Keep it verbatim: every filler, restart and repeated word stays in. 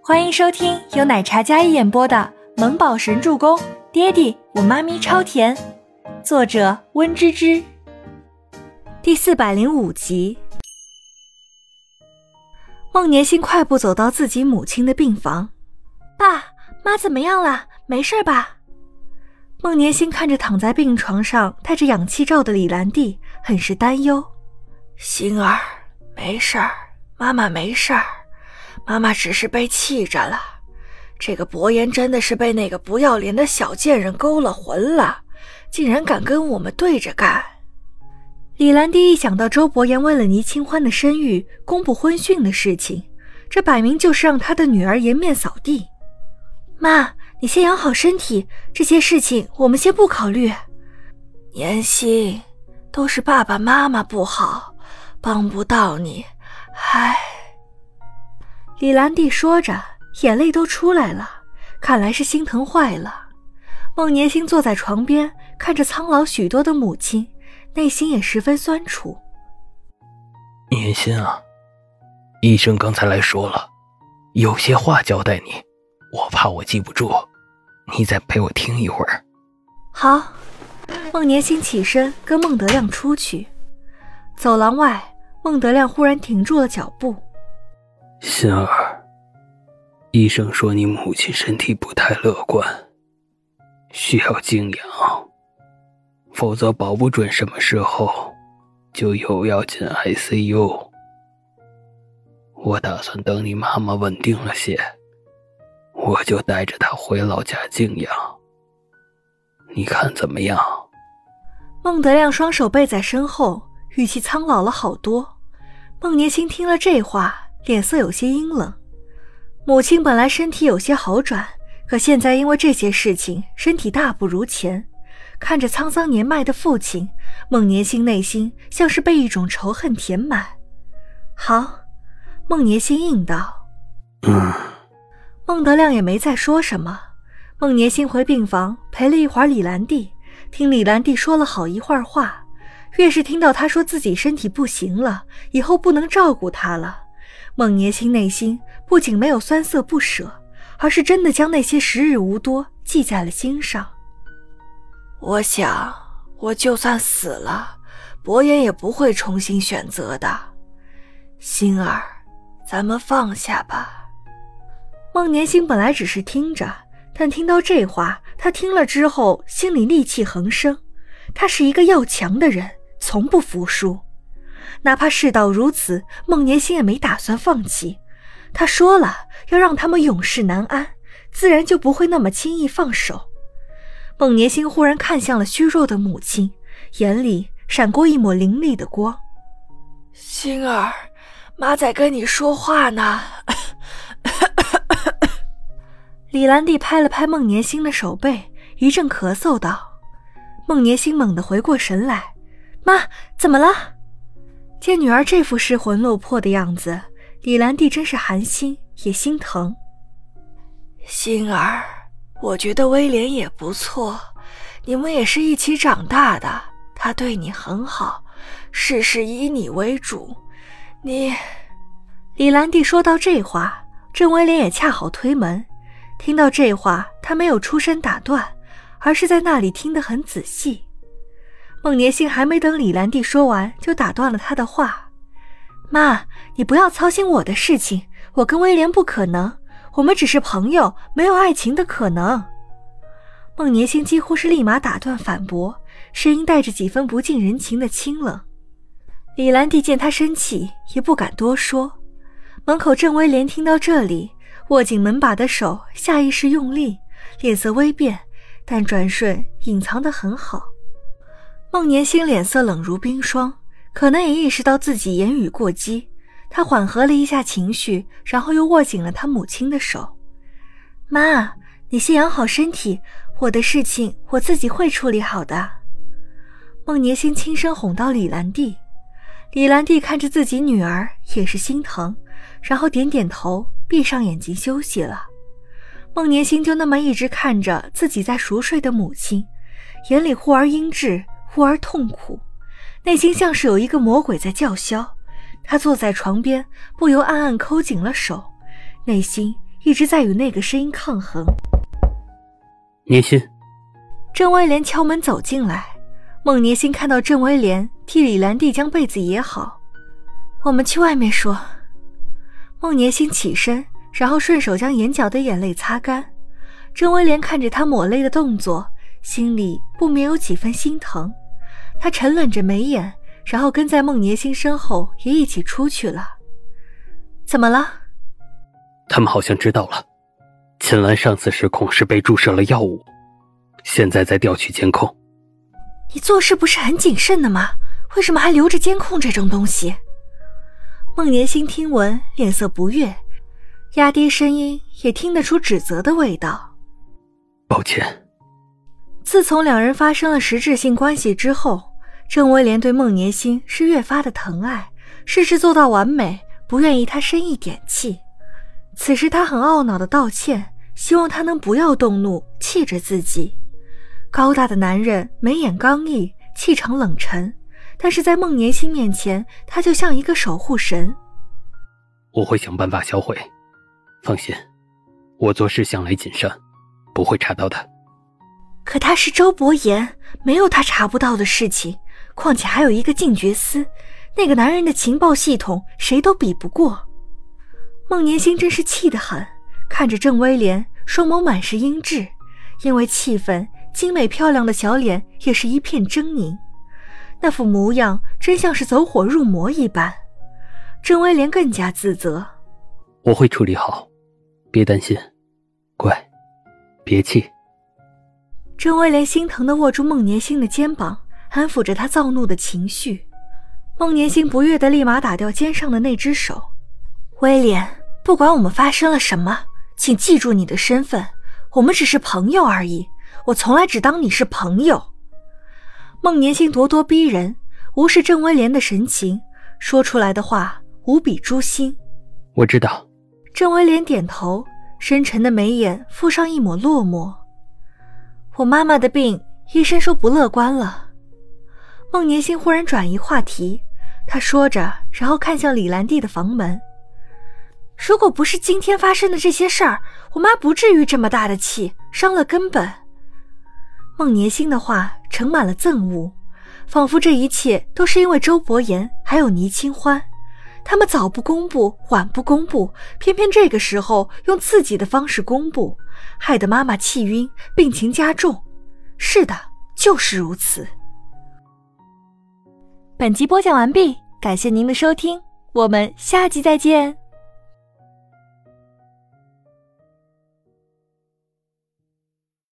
欢迎收听由奶茶嘉一演播的《萌宝神助攻》，爹地我妈咪超甜，作者温芝芝。第四百零五集。孟年星快步走到自己母亲的病房。爸妈怎么样了？没事吧？孟年星看着躺在病床上戴着氧气罩的李兰娣，很是担忧。 星儿，没事儿，妈妈没事儿，妈妈只是被气着了。这个伯言真的是被那个不要脸的小贱人勾了魂了，竟然敢跟我们对着干。 李兰娣一想到周伯言为了倪清欢的声誉公布婚讯的事情，这摆明就是让他的女儿颜面扫地。妈，你先养好身体，这些事情我们先不考虑。 年心，都是爸爸妈妈不好，帮不到你，唉。 李兰娣说着，眼泪都出来了，看来是心疼坏了。孟年星坐在床边，看着苍老许多的母亲，内心也十分酸楚。 年心啊，医生刚才来说了，有些话交代你，我怕我记不住，你再陪我听一会儿。 好。孟年星起身跟孟德亮出去。走廊外，孟德亮忽然停住了脚步。 心儿，医生说你母亲身体不太乐观，需要静养，否则保不准什么时候就又要进 I C U。 我打算等你妈妈稳定了些，我就带着她回老家静养，你看怎么样？ 孟德亮双手背在身后，语气苍老了好多。孟年星听了这话，脸色有些阴冷。母亲本来身体有些好转，可现在因为这些事情身体大不如前，看着沧桑年迈的父亲，孟年星内心像是被一种仇恨填满。好，孟年星应道。 嗯。 孟德亮也没再说什么。孟年星回病房陪了一会儿李兰娣，听李兰娣说了好一会儿话，越是听到她说自己身体不行了，以后不能照顾她了，孟年星内心不仅没有酸涩不舍，而是真的将那些时日无多记在了心上。 我想我就算死了，伯言也不会重新选择的。星儿，咱们放下吧。 孟年星本来只是听着，但听到这话，他听了之后心里戾气横生。他是一个要强的人，从不服输。哪怕事到如此，孟年星也没打算放弃。他说了要让他们永世难安，自然就不会那么轻易放手。孟年星忽然看向了虚弱的母亲，眼里闪过一抹凌厉的光。 星儿，妈在跟你说话呢。 李兰娣拍了拍孟年星的手背，一阵咳嗽道。孟年星猛地回过神来，妈，怎么了？见女儿这副失魂落魄的样子，李兰娣真是寒心也心疼。 星儿，我觉得威廉也不错，你们也是一起长大的，他对你很好，事事以你为主，你…… 李兰娣说到这话，郑威廉也恰好推门。听到这话，他没有出声打断，而是在那里听得很仔细。孟年星还没等李兰娣说完，就打断了他的话。妈，你不要操心我的事情，我跟威廉不可能，我们只是朋友，没有爱情的可能。孟年星几乎是立马打断反驳，声音带着几分不近人情的清冷。李兰娣见他生气，也不敢多说。门口郑威廉听到这里，握紧门把的手下意识用力，脸色微变，但转瞬隐藏得很好。孟年星脸色冷如冰霜，可能也意识到自己言语过激，他缓和了一下情绪，然后又握紧了他母亲的手。妈，你先养好身体，我的事情我自己会处理好的。孟年星轻声哄到李兰娣。李兰娣看着自己女儿也是心疼，然后点点头，闭上眼睛休息了。孟年星就那么一直看着自己在熟睡的母亲，眼里忽而阴鸷，忽而痛苦，内心像是有一个魔鬼在叫嚣。他坐在床边，不由暗暗抠紧了手，内心一直在与那个声音抗衡。 年心， 郑威廉敲门走进来，孟年心看到郑威廉替李兰娣将被子掖好，我们去外面说。孟年心起身，然后顺手将眼角的眼泪擦干。郑威廉看着他抹泪的动作，心里不免有几分心疼。他沉冷着眉眼，然后跟在孟年心身后也一起出去了。怎么了？ 他们好像知道了，秦岚上次失控是被注射了药物，现在在调取监控。 你做事不是很谨慎的吗？为什么还留着监控这种东西？孟年心听闻，脸色不悦，压低声音也听得出指责的味道。 抱歉。 自从两人发生了实质性关系之后，郑威廉对孟年心是越发的疼爱，事事做到完美，不愿意他生一点气。此时他很懊恼地道歉，希望他能不要动怒，气着自己。高大的男人眉眼刚毅，气场冷沉，但是在孟年心面前，他就像一个守护神。 我会想办法销毁，放心，我做事向来谨慎，不会查到的。 可他是周伯言，没有他查不到的事情，况且还有一个禁觉司，那个男人的情报系统谁都比不过。孟年心真是气得很，看着郑威廉，双眸满是阴鸷，因为气愤，精美漂亮的小脸也是一片狰狞，那副模样真像是走火入魔一般。郑威廉更加自责， 我会处理好，别担心，乖，别气。 郑威廉心疼地握住孟年心的肩膀，安抚着他躁怒的情绪。孟年心不悦地立马打掉肩上的那只手。威廉，不管我们发生了什么，请记住你的身份，我们只是朋友而已，我从来只当你是朋友。孟年心咄咄逼人，无视郑威廉的神情，说出来的话无比诛心。 我知道。 郑威廉点头，深沉的眉眼附上一抹落寞。我妈妈的病，医生说不乐观了。孟年心忽然转移话题，她说着，然后看向李兰娣的房门。如果不是今天发生的这些事儿，我妈不至于这么大的气，伤了根本。孟年心的话盛满了憎恶，仿佛这一切都是因为周伯言还有倪清欢，他们早不公布，晚不公布，偏偏这个时候用自己的方式公布，害得妈妈气晕，病情加重。是的，就是如此。本集播讲完毕，感谢您的收听，我们下集再见。